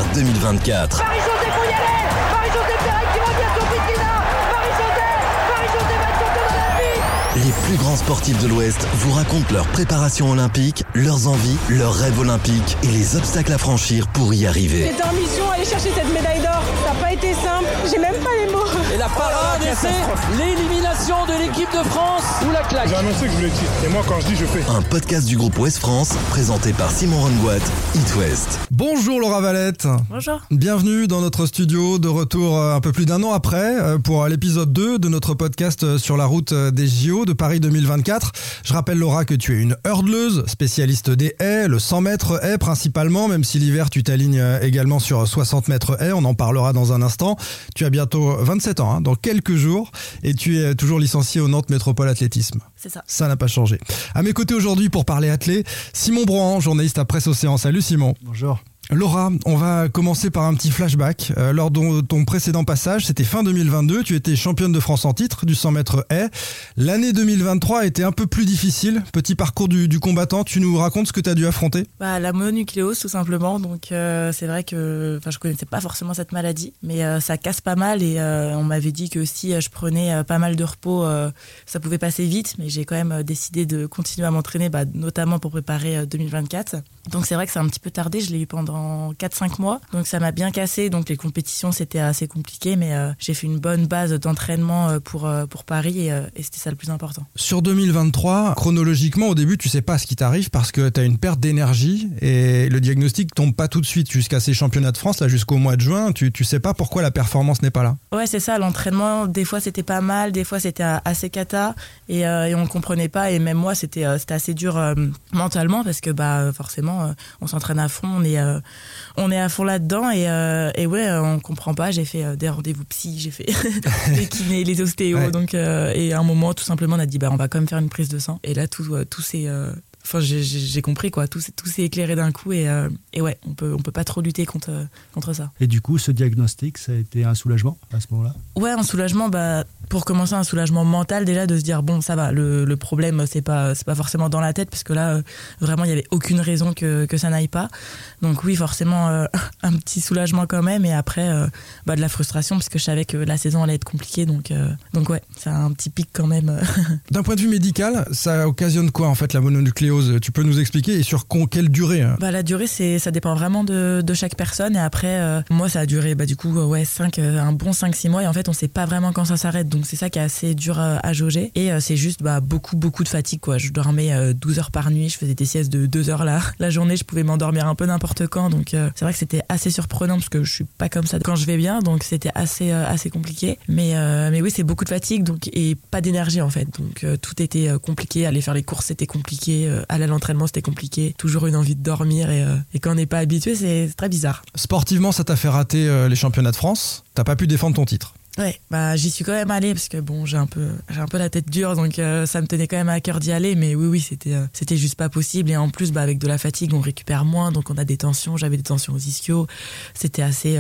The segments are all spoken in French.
vers 2024. Marie-Josée, faut y aller. Marie-Josée Pérez qui revient sur Priscilla. Marie-Josée va être championne olympique. Les plus grands sportifs de l'Ouest vous racontent leur préparation olympique, leurs envies, leurs rêves olympiques et les obstacles à franchir pour y arriver. C'était en mission aller chercher cette médaille d'or. Ça n'a pas été simple. J'ai même pas les mots. Et la parade, c'est l'élimination de l'équipe de France. Ou la claque. J'ai annoncé que je voulais le titre. Et moi, quand je dis, je fais. Un podcast du groupe Ouest France, présenté par Simon Rongoat, It West. Bonjour Laura Valette. Bonjour. Bienvenue dans notre studio, de retour un peu plus d'un an après pour l'épisode 2 de notre podcast sur la route des JO de Paris 2024. Je rappelle Laura que tu es une hurdleuse, spécialiste des haies, le 100 mètres haies principalement, même si l'hiver tu t'alignes également sur 60 mètres haies, on en parlera dans un instant. Tu as bientôt 27 ans, dans quelques jours, et tu es toujours licencié au Nantes Métropole Athlétisme. C'est ça. Ça n'a pas changé. À mes côtés aujourd'hui pour parler athlé, Simon Brohan, journaliste à Presse Océan. Salut Simon. Bonjour. Laura, on va commencer par un petit flashback. Lors de ton précédent passage, c'était fin 2022, tu étais championne de France en titre du 100 mètres haies. L'année 2023 a été un peu plus difficile. Petit parcours du combattant, tu nous racontes ce que tu as dû affronter ? La mononucléose tout simplement. Donc c'est vrai que je connaissais pas forcément cette maladie, mais ça casse pas mal et on m'avait dit que si je prenais pas mal de repos, ça pouvait passer vite. Mais j'ai quand même décidé de continuer à m'entraîner, notamment pour préparer 2024. Donc c'est vrai que ça a un petit peu tardé, je l'ai eu pendant 4-5 mois, donc ça m'a bien cassé, donc les compétitions c'était assez compliqué, mais j'ai fait une bonne base d'entraînement pour Paris et c'était ça le plus important. Sur 2023, chronologiquement au début tu sais pas ce qui t'arrive parce que tu as une perte d'énergie et le diagnostic tombe pas tout de suite jusqu'à ces championnats de France, là jusqu'au mois de juin, tu sais pas pourquoi la performance n'est pas là. Ouais c'est ça, l'entraînement des fois c'était pas mal, des fois c'était assez cata et on le comprenait pas et même moi c'était assez dur mentalement parce que forcément on s'entraîne à fond, on est à fond là-dedans et ouais, on comprend pas. J'ai fait des rendez-vous psy, j'ai fait les kinés, les ostéos, ouais. Donc et à un moment tout simplement on a dit on va quand même faire une prise de sang et là tout s'est j'ai compris quoi, tout s'est éclairé d'un coup et ouais, on peut pas trop lutter contre ça. Et du coup, ce diagnostic, ça a été un soulagement à ce moment-là ? Ouais, un soulagement, pour commencer un soulagement mental déjà, de se dire bon ça va, le problème c'est pas forcément dans la tête parce que là vraiment il y avait aucune raison que ça n'aille pas. Donc oui, forcément un petit soulagement quand même et après de la frustration parce que je savais que la saison allait être compliquée donc ouais, c'est un petit pic quand même. D'un point de vue médical, ça occasionne quoi en fait la mononucléose ? Tu peux nous expliquer et sur quelle durée ? La durée, ça dépend vraiment de chaque personne. Et après, moi, ça a duré un bon 5-6 mois. Et en fait, on sait pas vraiment quand ça s'arrête. Donc, c'est ça qui est assez dur à jauger. Et c'est juste beaucoup de fatigue, quoi. Je dormais 12 heures par nuit. Je faisais des siestes de 2 heures la journée. Je pouvais m'endormir un peu n'importe quand. Donc, c'est vrai que c'était assez surprenant parce que je suis pas comme ça quand je vais bien. Donc, c'était assez compliqué. Mais oui, c'est beaucoup de fatigue et pas d'énergie, en fait. Donc, tout était compliqué. Aller faire les courses, c'était compliqué. Aller à l'entraînement c'était compliqué, toujours une envie de dormir et quand on n'est pas habitué c'est très bizarre. Sportivement ça t'a fait rater les championnats de France, t'as pas pu défendre ton titre. Ouais, j'y suis quand même allée parce que j'ai un peu la tête dure donc ça me tenait quand même à cœur d'y aller mais oui c'était juste pas possible et en plus avec de la fatigue on récupère moins donc on a des tensions, j'avais des tensions aux ischios, c'était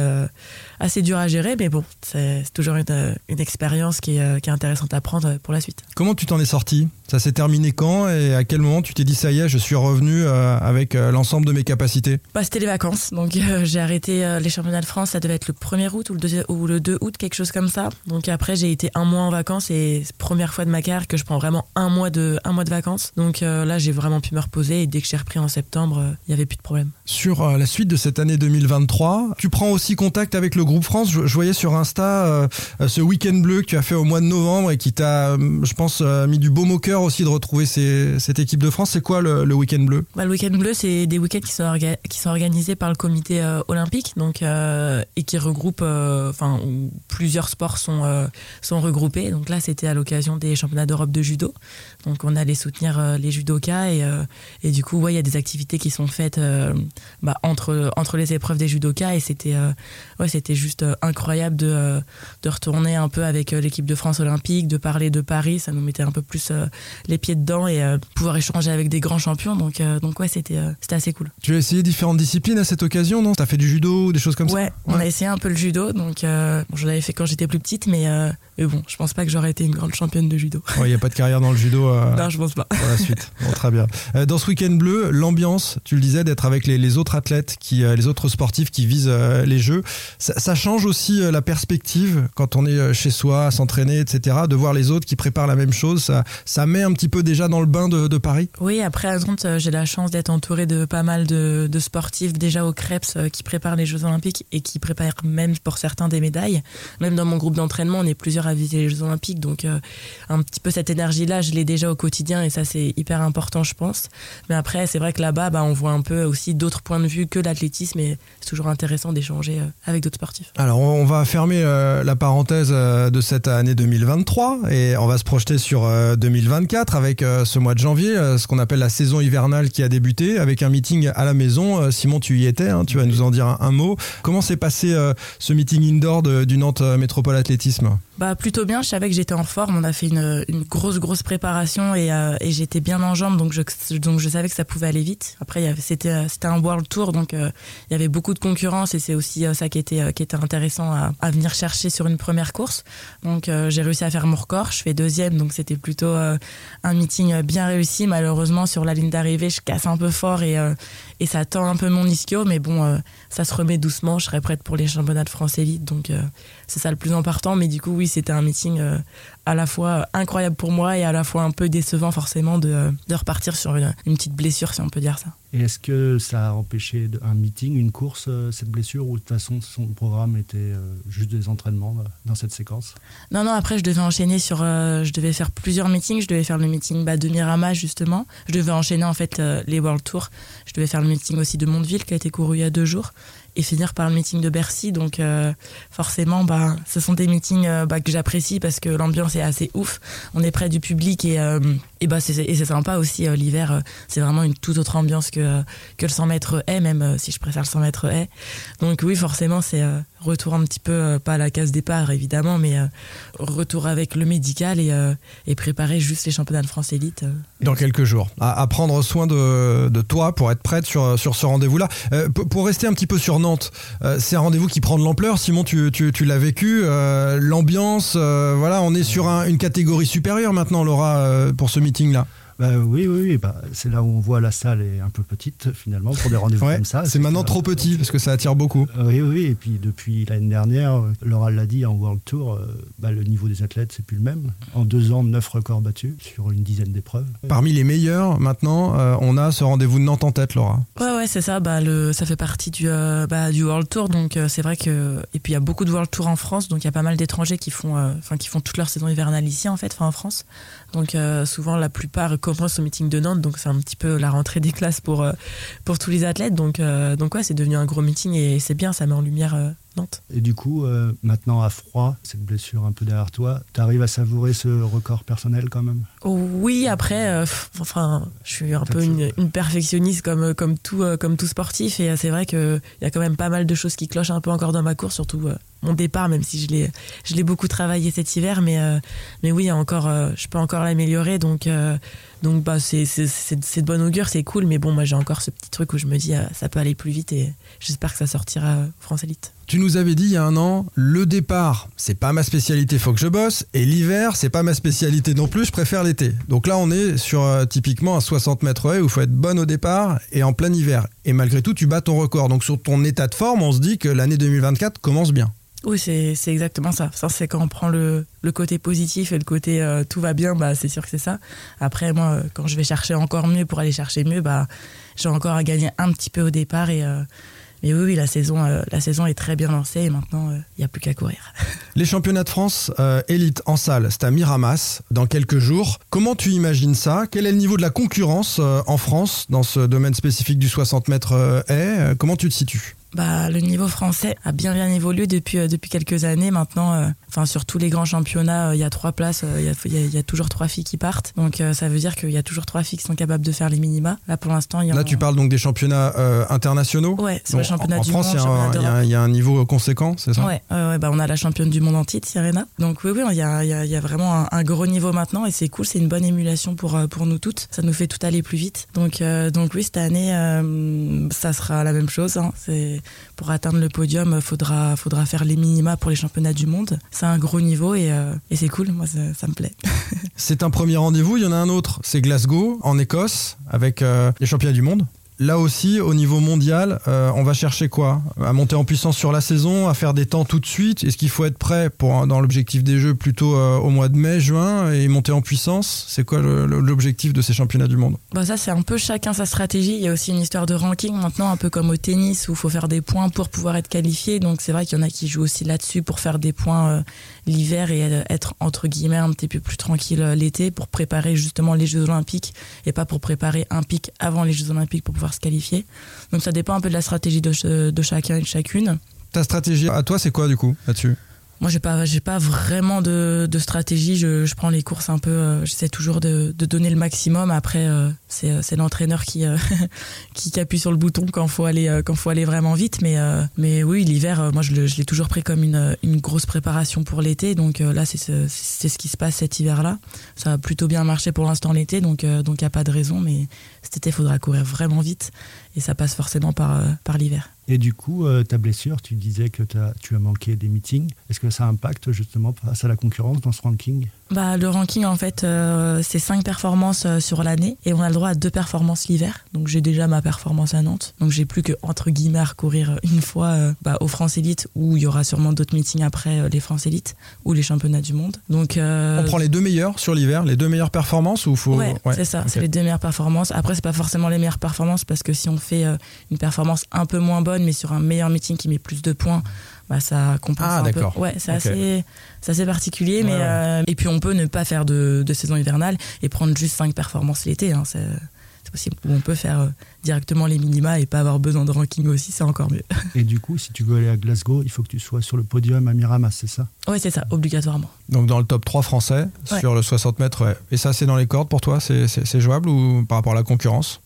assez dur à gérer mais bon c'est toujours une expérience qui est intéressante à prendre pour la suite. Comment tu t'en es sorti ? Ça s'est terminé quand et à quel moment tu t'es dit ça y est je suis revenu avec l'ensemble de mes capacités ? C'était les vacances donc j'ai arrêté les championnats de France, ça devait être le 1er août ou le 2 août quelque chose comme ça. Donc après j'ai été un mois en vacances et c'est la première fois de ma carrière que je prends vraiment un mois de vacances. Donc là j'ai vraiment pu me reposer et dès que j'ai repris en septembre, il n'y avait plus de problème. Sur la suite de cette année 2023, tu prends aussi contact avec le groupe France. Je voyais sur Insta ce week-end bleu que tu as fait au mois de novembre et qui t'a, je pense, mis du baume au cœur aussi de retrouver cette équipe de France. C'est quoi le week-end bleu ? Le week-end bleu, c'est des week-ends qui sont organisés par le comité olympique donc, et qui regroupent où plusieurs sports sont regroupés. Donc là, c'était à l'occasion des championnats d'Europe de judo. Donc on allait soutenir les judokas et du coup, il y a des activités qui sont faites entre les épreuves des judokas et c'était juste incroyable de retourner un peu avec l'équipe de France olympique, de parler de Paris. Ça nous mettait un peu plus les pieds dedans et pouvoir échanger avec des grands champions. Donc ouais, c'était assez cool. Tu as essayé différentes disciplines à cette occasion, non ? T'as fait du judo ou des choses comme ça ? Ouais, on a essayé un peu le judo. Donc je l'avais fait quand j'étais plus petite, mais bon, je pense pas que j'aurais été une grande championne de judo. Il n'y a pas de carrière dans le judo. Non, je pense pas. Pour la suite. Bon, très bien. Dans ce week-end bleu, l'ambiance, tu le disais, d'être avec les autres athlètes, les autres sportifs qui visent les Jeux, ça change aussi la perspective quand on est chez soi, à s'entraîner, etc., de voir les autres qui préparent la même chose. Ça met un petit peu déjà dans le bain de Paris. Oui, après à Nantes, j'ai la chance d'être entourée de pas mal de sportifs déjà au Krebs qui préparent les Jeux Olympiques et qui préparent même pour certains des médailles. Même dans mon groupe d'entraînement, on est plusieurs à viser les Jeux Olympiques, donc un petit peu cette énergie-là, je l'ai déjà au quotidien et ça c'est hyper important, je pense. Mais après, c'est vrai que là-bas, on voit un peu aussi d'autres points de vue que l'athlétisme et c'est toujours intéressant d'échanger avec d'autres sportifs. Alors, on va fermer la parenthèse de cette année 2023 et on va se projeter sur 2024 avec ce mois de janvier, ce qu'on appelle la saison hivernale qui a débuté avec un meeting à la maison. Simon, tu y étais, hein, tu vas nous en dire un mot. Comment s'est passé ce meeting indoor du Nantes Métropole Athlétisme ? Plutôt bien, je savais que j'étais en forme, on a fait une grosse préparation et j'étais bien en jambes, donc je savais que ça pouvait aller vite. Après c'était un World Tour, donc il y avait beaucoup de concurrence et c'est aussi ça qui était intéressant à venir chercher sur une première course. Donc j'ai réussi à faire mon record, je fais deuxième, donc c'était plutôt un meeting bien réussi. Malheureusement sur la ligne d'arrivée je casse un peu fort et ça tend un peu mon ischio, mais bon ça se remet doucement, je serai prête pour les championnats de France élite, donc c'est ça le plus important. Mais du coup oui, c'était un meeting à la fois incroyable pour moi et à la fois un peu décevant forcément de repartir sur une petite blessure, si on peut dire ça. Et est-ce que ça a empêché un meeting, une course, cette blessure, ou de toute façon son programme était juste des entraînements dans cette séquence ? Non, après je devais enchaîner je devais faire plusieurs meetings. Je devais faire le meeting de Mirama justement. Je devais enchaîner en fait les World Tours. Je devais faire le meeting aussi de Mondeville qui a été couru il y a 2 jours. Et finir par le meeting de Bercy, donc forcément ce sont des meetings que j'apprécie parce que l'ambiance est assez ouf, on est près du public et c'est sympa aussi. L'hiver c'est vraiment une toute autre ambiance que le 100 mètres haies, même si je préfère le 100 mètres haies. Donc oui, forcément c'est retour un petit peu, pas à la case départ évidemment, mais retour avec le médical et préparer juste les championnats de France élite. Dans quelques jours, à prendre soin de toi pour être prête sur ce rendez-vous-là. Pour rester un petit peu sur Nantes, c'est un rendez-vous qui prend de l'ampleur. Simon, tu l'as vécu, l'ambiance, on est sur une catégorie supérieure maintenant, Laura, pour ce meeting-là. Oui. C'est là où on voit la salle est un peu petite finalement pour des rendez-vous comme ça. C'est maintenant trop petit parce que ça attire beaucoup. Oui. Et puis depuis l'année dernière, Laura l'a dit, en World Tour, le niveau des athlètes c'est plus le même. En 2 ans, 9 records battus sur une dizaine d'épreuves. Parmi les meilleurs maintenant, on a ce rendez-vous de Nantes en tête, Laura. Ouais, c'est ça. Ça fait partie du World Tour, donc c'est vrai que et puis il y a beaucoup de World Tour en France, donc il y a pas mal d'étrangers qui font toute leur saison hivernale ici en France. Donc souvent la plupart commencent au meeting de Nantes, donc c'est un petit peu la rentrée des classes pour tous les athlètes. Donc ouais, c'est devenu un gros meeting et c'est bien, ça met en lumière Nantes. Et du coup, maintenant à froid, cette blessure un peu derrière toi, tu arrives à savourer ce record personnel quand même ? Oui, après, je suis un peu une perfectionniste comme tout sportif et c'est vrai qu'il y a quand même pas mal de choses qui clochent un peu encore dans ma course, surtout mon départ, même si je l'ai beaucoup travaillé cet hiver, mais oui, je peux encore l'améliorer, donc c'est de bonne augure, c'est cool, mais bon, moi j'ai encore ce petit truc où je me dis ça peut aller plus vite et j'espère que ça sortira France Élite. Tu nous avais dit il y a 1 an, le départ, c'est pas ma spécialité, faut que je bosse, et l'hiver, c'est pas ma spécialité non plus, je préfère l'été. Donc là, on est sur typiquement un 60 mètres haies où il faut être bonne au départ et en plein hiver. Et malgré tout, tu bats ton record. Donc sur ton état de forme, on se dit que l'année 2024 commence bien. Oui, c'est exactement ça. Ça, c'est quand on prend le côté positif et le côté tout va bien, c'est sûr que c'est ça. Après, moi, quand je vais chercher encore mieux pour aller chercher mieux, j'ai encore à gagner un petit peu au départ mais oui, la saison est très bien lancée et maintenant, il n'y a plus qu'à courir. Les championnats de France élite en salle, c'est à Miramas dans quelques jours. Comment tu imagines ça ? Quel est le niveau de la concurrence en France dans ce domaine spécifique du 60 mètres haies ? Comment tu te situes ? Le niveau français a bien évolué depuis quelques années maintenant. Sur tous les grands championnats, il y a 3 places, il y a toujours 3 filles qui partent. Donc ça veut dire qu'il y a toujours 3 filles qui sont capables de faire les minima. Là pour l'instant, tu parles donc des championnats internationaux. Ouais, c'est le championnat du monde. En France, il y a un niveau conséquent, c'est ça? Ouais, on a la championne du monde en titre, Serena. Donc oui, il y a vraiment un gros niveau maintenant et c'est cool, c'est une bonne émulation pour nous toutes. Ça nous fait tout aller plus vite. Donc oui, cette année, ça sera la même chose. Pour atteindre le podium, faudra faire les minima pour les championnats du monde. C'est un gros niveau et c'est cool, moi ça me plaît. C'est un premier rendez-vous, il y en a un autre, c'est Glasgow, en Écosse, avec les championnats du monde. Là aussi, au niveau mondial, on va chercher quoi? À monter en puissance sur la saison, à faire des temps tout de suite? Est-ce qu'il faut être prêt dans l'objectif des Jeux plutôt au mois de mai, juin et monter en puissance? C'est quoi l'objectif de ces championnats du monde? Ça, c'est un peu chacun sa stratégie. Il y a aussi une histoire de ranking maintenant, un peu comme au tennis où il faut faire des points pour pouvoir être qualifié. Donc c'est vrai qu'il y en a qui jouent aussi là-dessus pour faire des points l'hiver et être entre guillemets un petit peu plus tranquille l'été pour préparer justement les Jeux Olympiques et pas pour préparer un pic avant les Jeux Olympiques pour pouvoir se qualifier. Donc ça dépend un peu de la stratégie de chacun et de chacune. Ta stratégie à toi, c'est quoi du coup là-dessus? Moi, j'ai pas vraiment de stratégie. Je prends les courses un peu. J'essaie toujours de donner le maximum. Après, c'est l'entraîneur qui appuie sur le bouton quand faut aller vraiment vite. Mais oui, l'hiver, moi, je l'ai toujours pris comme une grosse préparation pour l'été. Donc là, c'est ce qui se passe cet hiver-là. Ça a plutôt bien marché pour l'instant l'été. Donc y a pas de raison. Mais cet été, il faudra courir vraiment vite. Et ça passe forcément par l'hiver. Et du coup, ta blessure, tu disais que tu as manqué des meetings. Est-ce que ça impacte justement face à la concurrence dans ce ranking? Le ranking, en fait, c'est 5 performances sur l'année et on a le droit à 2 performances l'hiver. Donc j'ai déjà ma performance à Nantes. Donc j'ai plus que, entre guillemets, à courir une fois aux France Elite où il y aura sûrement d'autres meetings après les France Elite ou les championnats du monde. Donc, on prend les 2 meilleurs sur l'hiver, les 2 meilleures performances ou faut... Ouais, c'est ça, okay. C'est les 2 meilleures performances. Après, c'est pas forcément les meilleures performances parce que si on fait une performance un peu moins bonne mais sur un meilleur meeting qui met plus de points, ça compense un peu. Ouais, c'est assez particulier, mais et puis on peut ne pas faire de saison hivernale et prendre juste 5 performances l'été. C'est possible. On peut faire directement les minima et pas avoir besoin de ranking aussi, c'est encore mieux. Et du coup, si tu veux aller à Glasgow, il faut que tu sois sur le podium à Miramas, c'est ça? Oui, c'est ça, obligatoirement. Donc dans le top 3 français, sur le 60 mètres, ouais. Et ça, c'est dans les cordes pour toi? C'est jouable ou par rapport à la concurrence?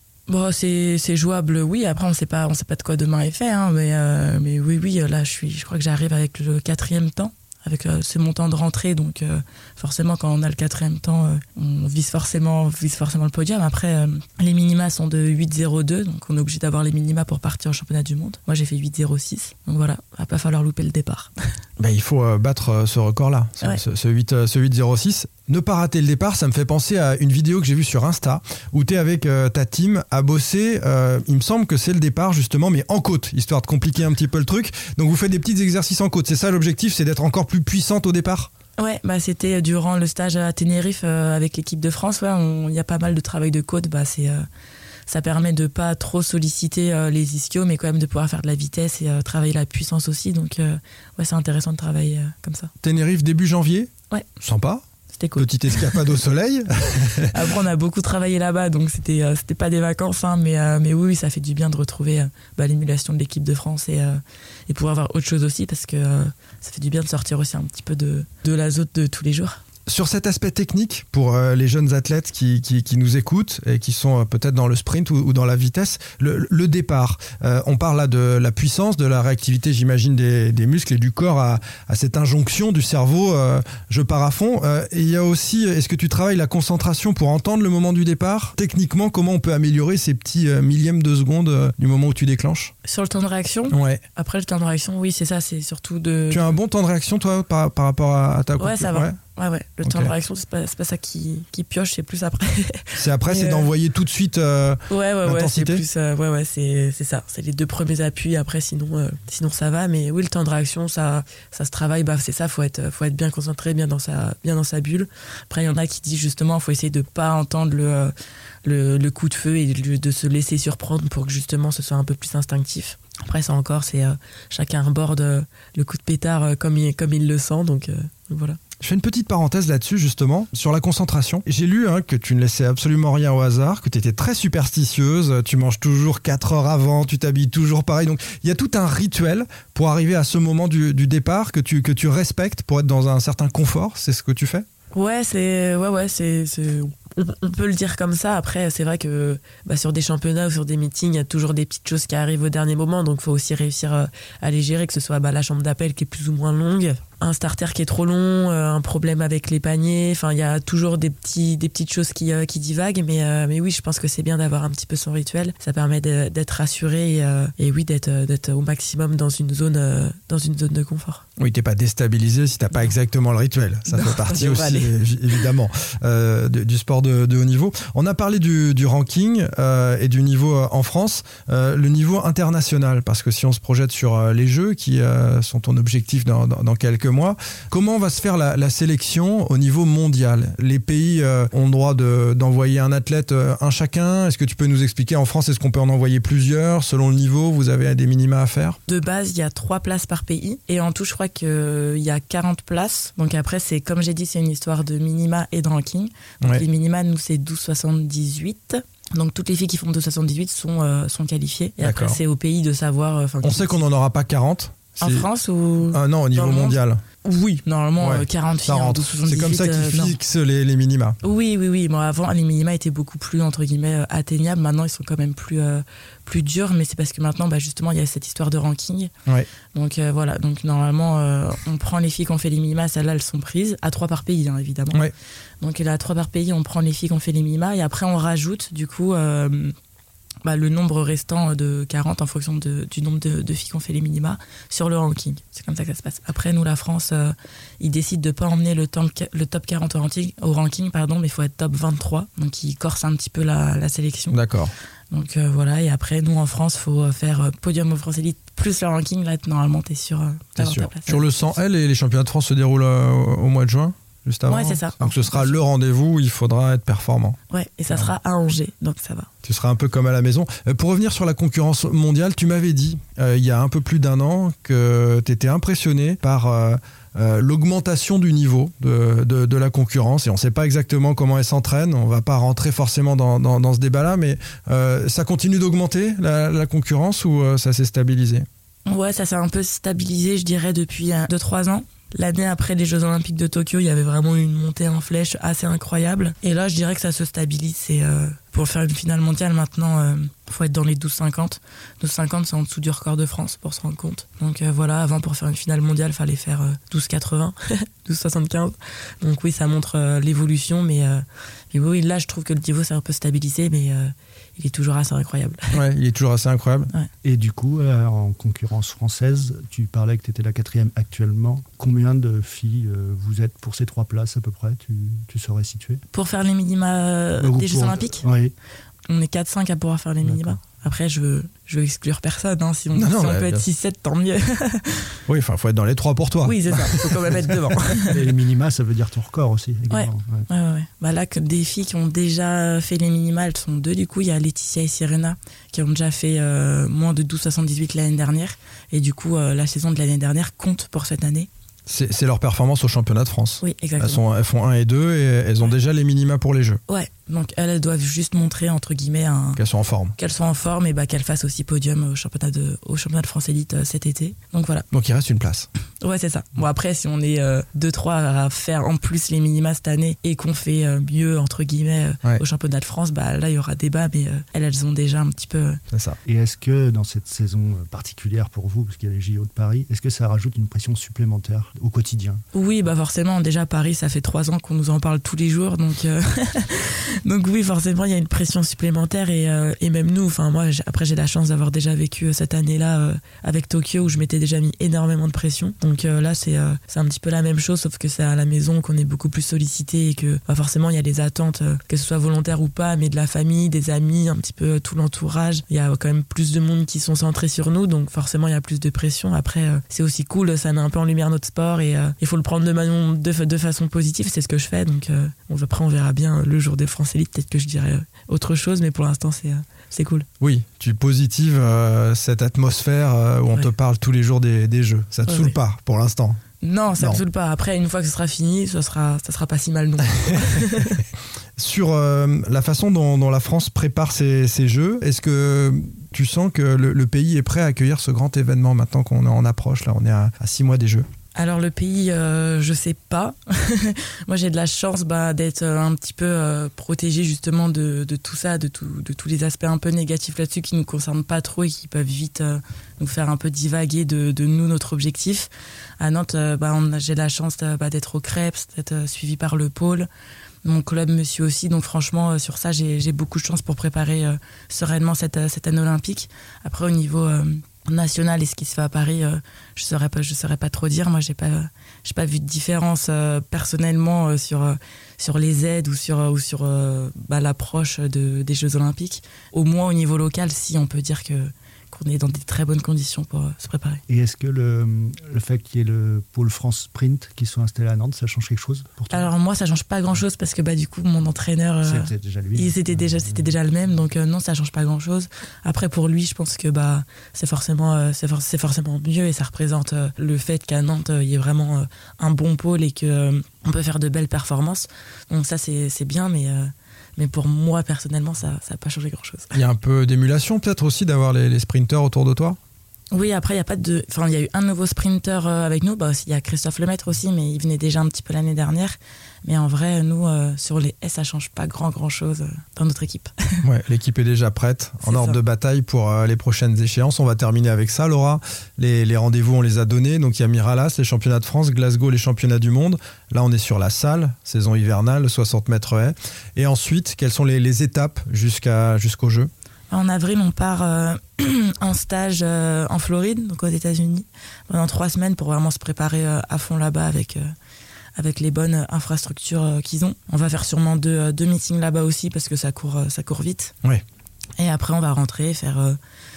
C'est jouable, oui. Après, on sait pas de quoi demain est fait, mais oui. Là, je crois que j'arrive avec le 4e temps, avec ce montant de rentrée. Donc, forcément, quand on a le 4e temps, on vise forcément le podium. Après, les minima sont de 8,02, donc on est obligé d'avoir les minima pour partir au championnat du monde. Moi, j'ai fait 8,06, donc voilà, va pas falloir louper le départ. Il faut battre ce record-là, ce 8,06. Ne pas rater le départ, ça me fait penser à une vidéo que j'ai vue sur Insta où tu es avec ta team à bosser. Il me semble que c'est le départ justement, mais en côte, histoire de compliquer un petit peu le truc. Donc vous faites des petits exercices en côte. C'est ça l'objectif, c'est d'être encore plus puissante au départ? Ouais, c'était durant le stage à Tenerife avec l'équipe de France. Il y a pas mal de travail de côte. Ça permet de pas trop solliciter les ischios, mais quand même de pouvoir faire de la vitesse et travailler la puissance aussi. Donc c'est intéressant de travailler comme ça. Tenerife début janvier? Ouais. Sympa. C'était cool. Petite escapade au soleil. Après, on a beaucoup travaillé là-bas, donc c'était pas des vacances, mais oui, ça fait du bien de retrouver l'émulation de l'équipe de France et pouvoir voir autre chose aussi, parce que ça fait du bien de sortir aussi un petit peu de la zone de tous les jours. Sur cet aspect technique, pour les jeunes athlètes qui nous écoutent et qui sont peut-être dans le sprint ou dans la vitesse, le départ, on parle là de la puissance, de la réactivité, j'imagine, des muscles et du corps à cette injonction du cerveau, je pars à fond. Et il y a aussi, est-ce que tu travailles la concentration pour entendre le moment du départ? Techniquement, comment on peut améliorer ces petits millièmes de seconde du moment où tu déclenches? Sur le temps de réaction? Ouais. Après, le temps de réaction, oui, c'est ça, c'est surtout de... Tu as un bon temps de réaction, toi, par rapport à ta Ouais, ça va. Ouais. Le temps de réaction, c'est pas ça qui pioche, c'est plus après. C'est après, c'est d'envoyer tout de suite l'intensité. C'est ça. C'est les 2 premiers appuis. Après, sinon ça va. Mais oui, le temps de réaction, ça se travaille. C'est ça. Faut être bien concentré, bien dans sa bulle. Après, il y en a qui disent justement, faut essayer de pas entendre le coup de feu et de se laisser surprendre pour que justement ce soit un peu plus instinctif. Après, ça encore, c'est chacun aborde le coup de pétard comme il le sent. Donc voilà. Je fais une petite parenthèse là-dessus, justement, sur la concentration. J'ai lu que tu ne laissais absolument rien au hasard, que tu étais très superstitieuse, tu manges toujours 4 heures avant, tu t'habilles toujours pareil. Donc, il y a tout un rituel pour arriver à ce moment du départ que tu respectes pour être dans un certain confort. C'est ce que tu fais ? Ouais, on peut le dire comme ça. Après, c'est vrai que sur des championnats ou sur des meetings, il y a toujours des petites choses qui arrivent au dernier moment. Donc, il faut aussi réussir à les gérer, que ce soit la chambre d'appel qui est plus ou moins longue, un starter qui est trop long, un problème avec les paniers. Enfin, il y a toujours des petites choses qui divaguent. Mais oui, je pense que c'est bien d'avoir un petit peu son rituel. Ça permet d'être rassuré et oui, d'être au maximum dans une zone de confort. Oui, t'es pas déstabilisé si t'as pas exactement le rituel. Ça fait partie aussi, évidemment, du sport de haut niveau. On a parlé du ranking et du niveau en France, le niveau international, parce que si on se projette sur les Jeux qui sont ton objectif dans quelques mois, comment va se faire la sélection au niveau mondial ? Les pays ont le droit d'envoyer un athlète, un chacun. Est-ce que tu peux nous expliquer en France, est-ce qu'on peut en envoyer plusieurs selon le niveau ? Vous avez des minima à faire ? De base, il y a 3 places par pays et en tout, je crois qu'il y a 40 places. Donc après, c'est comme j'ai dit, c'est une histoire de minima et de ranking. Donc les minima, nous, c'est 12,78. Donc toutes les filles qui font 12,78 sont qualifiées. Et D'accord. Après, c'est au pays de savoir... on sait qu'on n'en aura pas 40. En France ou... Non, au niveau mondial. Oui, normalement, 40 filles en 12,78. C'est comme ça qu'ils fixent les minima. Oui. Bon, avant, les minima étaient beaucoup plus, entre guillemets, atteignables. Maintenant, ils sont quand même plus durs. Mais c'est parce que maintenant, justement, il y a cette histoire de ranking. Ouais. Donc, voilà. Donc, normalement, on prend les filles qui ont fait les minima. Celles-là, elles sont prises. À 3 par pays, évidemment. Ouais. Donc, là, à 3 par pays, on prend les filles qui ont fait les minima. Et après, on rajoute, du coup... le nombre restant de 40 en fonction du nombre de filles qui ont fait les minima sur le ranking. C'est comme ça que ça se passe. Après, nous, la France, ils décident de ne pas emmener le top 40 au ranking, mais il faut être top 23. Donc, ils corsent un petit peu la sélection. D'accord. Donc, voilà. Et après, nous, en France, il faut faire podium au France Elite plus le ranking. Là, normalement, tu es sûr d'avoir ta place. Sur le 100L, les championnats de France se déroulent au mois de juin ? Juste avant. Ouais, c'est ça. Donc ce sera le rendez-vous où il faudra être performant. Ouais, et ça sera à Angers, donc ça va. Tu seras un peu comme à la maison. Pour revenir sur la concurrence mondiale, tu m'avais dit il y a un peu plus d'un an que tu étais impressionné par l'augmentation du niveau de la concurrence, et on ne sait pas exactement comment elle s'entraîne. On ne va pas rentrer forcément dans ce débat-là, mais ça continue d'augmenter la concurrence ou ça s'est stabilisé ? Ouais, ça s'est un peu stabilisé, je dirais, depuis 2-3 ans. L'année après les Jeux Olympiques de Tokyo, il y avait vraiment une montée en flèche assez incroyable. Et là, je dirais que ça se stabilise. Pour faire une finale mondiale, maintenant, faut être dans les 12,50. 12,50, c'est en dessous du record de France, pour se rendre compte. Donc voilà, avant, pour faire une finale mondiale, il fallait faire 12,80, 12,75. Donc oui, ça montre l'évolution. Mais oui, là, je trouve que le niveau s'est un peu stabilisé, mais... il est toujours assez incroyable. Ouais, il est toujours assez incroyable. Ouais. Et du coup, en concurrence française, tu parlais que tu étais la 4e actuellement. Combien de filles vous êtes pour ces 3 places à peu près, tu saurais situer ? Pour faire les minima des Jeux Olympiques ? Oui. On est 4-5 à pouvoir faire les minima. Après, je veux exclure personne. Si on peut être 6-7, tant mieux. Oui, il faut être dans les 3 pour toi. Oui, c'est ça. Il faut quand même être devant. Et les minima, ça veut dire ton record aussi. Ouais. Là, que des filles qui ont déjà fait les minima, elles sont 2. Du coup, il y a Laetitia et Serena qui ont déjà fait moins de 12,78 l'année dernière. Et du coup, la saison de l'année dernière compte pour cette année. C'est leur performance au championnat de France. Oui, exactement. Elles font 1 et 2 et elles ont déjà les minima pour les Jeux. Ouais, donc elles doivent juste montrer, entre guillemets, qu'elles sont en forme. Qu'elles sont en forme et qu'elles fassent aussi podium au championnat de France Elite cet été. Donc voilà. Donc il reste une place. Ouais, c'est ça. Bon, après, si on est 2-3 à faire en plus les minima cette année et qu'on fait mieux, entre guillemets, au championnat de France, là, il y aura débat, mais elles ont déjà un petit peu... C'est ça. Et est-ce que dans cette saison particulière pour vous, parce qu'il y a les JO de Paris, est-ce que ça rajoute une pression supplémentaire au quotidien ? Oui, forcément. Déjà, Paris, ça fait 3 ans qu'on nous en parle tous les jours. Donc oui, forcément, il y a une pression supplémentaire. Et même nous, moi, après, j'ai la chance d'avoir déjà vécu cette année-là avec Tokyo, où je m'étais déjà mis énormément de pression. Donc là, c'est un petit peu la même chose, sauf que c'est à la maison qu'on est beaucoup plus sollicité et que forcément, il y a les attentes, que ce soit volontaire ou pas, mais de la famille, des amis, un petit peu tout l'entourage. Il y a quand même plus de monde qui sont centrés sur nous, donc forcément, il y a plus de pression. Après, c'est aussi cool, ça met un peu en lumière notre sport et il faut le prendre de façon positive, c'est ce que je fais. Donc après, on verra bien le jour des France Elite, peut-être que je dirais autre chose, mais pour l'instant, c'est cool. Oui, tu positives cette atmosphère où on te parle tous les jours des Jeux. Ça te saoule pas pour l'instant? Non, ça me saoule pas. Après, une fois que ce sera fini, ça sera pas si mal non plus. Sur la façon dont la France prépare ses Jeux, est-ce que tu sens que le pays est prêt à accueillir ce grand événement maintenant qu'on en approche? Là, on est à 6 mois des Jeux. Alors le pays, je sais pas. Moi j'ai de la chance d'être un petit peu protégée justement de tout ça, de tous les aspects un peu négatifs là-dessus qui nous concernent pas trop et qui peuvent vite nous faire un peu divaguer de nous, notre objectif. À Nantes, j'ai la chance d'être au Crêpes, d'être suivi par le pôle. Mon club me suit aussi, donc franchement sur ça j'ai beaucoup de chance pour préparer sereinement cette année olympique. Après au niveau national et ce qui se fait à Paris, je saurais pas trop dire. Moi j'ai pas vu de différence personnellement sur les aides ou sur l'approche des Jeux Olympiques. Au moins au niveau local, si on peut dire qu'on est dans des très bonnes conditions pour se préparer. Et est-ce que le fait qu'il y ait le pôle France Sprint qui soit installé à Nantes, ça change quelque chose pour toi? Alors moi ça change pas grand chose parce que du coup mon entraîneur c'était déjà lui. C'était déjà le même, donc non, ça change pas grand chose. Après pour lui je pense que c'est forcément mieux et ça représente le fait qu'à Nantes il y ait vraiment un bon pôle et que on peut faire de belles performances. Donc ça c'est bien, mais pour moi, personnellement, ça n'a pas changé grand-chose. Il y a un peu d'émulation, peut-être aussi, d'avoir les sprinteurs autour de toi? Oui, après, il y a eu un nouveau sprinter avec nous. Il y a Christophe Lemaître aussi, mais il venait déjà un petit peu l'année dernière. Mais en vrai, nous, sur les S, ça ne change pas grand-chose dans notre équipe. Ouais, l'équipe est déjà prête, en ordre de bataille pour les prochaines échéances. On va terminer avec ça, Laura. Les rendez-vous, on les a donnés. Donc, il y a Miralas, les championnats de France, Glasgow, les championnats du monde. Là, on est sur la salle, saison hivernale, 60 mètres haies. Et ensuite, quelles sont les étapes jusqu'au jeu? En avril, on part en stage en Floride, donc aux États-Unis, pendant 3 semaines pour vraiment se préparer à fond là-bas avec les bonnes infrastructures qu'ils ont. On va faire sûrement deux meetings là-bas aussi parce que ça court vite. Oui. Et après, on va rentrer, faire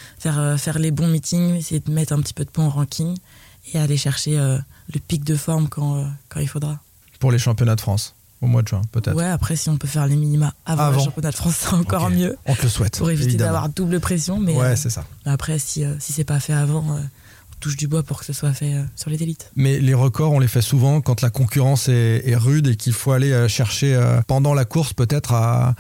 les bons meetings, essayer de mettre un petit peu de points en ranking et aller chercher le pic de forme quand il faudra. Pour les championnats de France au mois de juin, peut-être. Ouais, après, si on peut faire les minima avant le championnat de France, c'est encore mieux. On te le souhaite. Pour éviter évidemment d'avoir double pression. Mais, ouais, c'est ça. Après, si c'est pas fait avant, on touche du bois pour que ce soit fait sur les élites. Mais les records, on les fait souvent quand la concurrence est rude et qu'il faut aller chercher pendant la course, peut-être,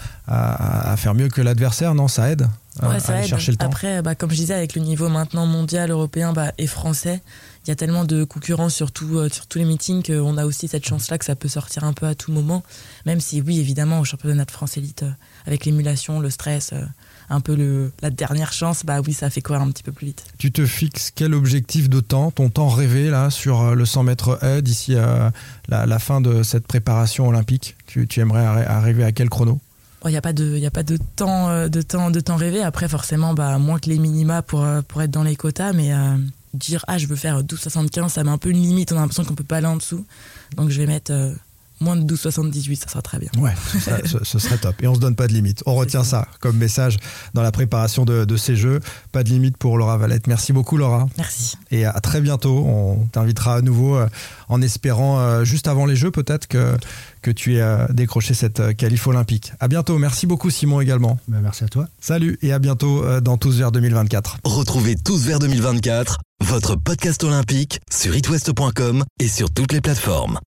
à faire mieux que l'adversaire. Non, ça aide. Ouais, ça aide. Chercher le temps. Après, comme je disais, avec le niveau maintenant mondial, européen et français, il y a tellement de concurrence sur tous les meetings qu'on a aussi cette chance-là que ça peut sortir un peu à tout moment. Même si, oui, évidemment, au championnat de France élite, avec l'émulation, le stress, un peu la dernière chance, oui, ça fait courir un petit peu plus vite. Tu te fixes quel objectif de temps, ton temps rêvé là, sur le 100 mètres haies d'ici la fin de cette préparation olympique? Tu aimerais arriver à quel chrono? Il n'y a pas de temps rêvé. Après, forcément, moins que les minima pour être dans les quotas, mais dire je veux faire 12,75, ça met un peu une limite. On a l'impression qu'on peut pas aller en dessous. Donc je vais mettre moins de 12,78, ça sera très bien. Ouais, ce serait top. Et on se donne pas de limite. On retient ça comme message dans la préparation de ces Jeux. Pas de limite pour Laura Valette. Merci beaucoup, Laura. Merci. Et à très bientôt. On t'invitera à nouveau en espérant, juste avant les Jeux, peut-être que tu aies décroché cette qualif olympique. À bientôt. Merci beaucoup, Simon, également. Merci à toi. Salut et à bientôt dans Tous vers 2024. Retrouvez Tous vers 2024, votre podcast olympique sur itwest.com et sur toutes les plateformes.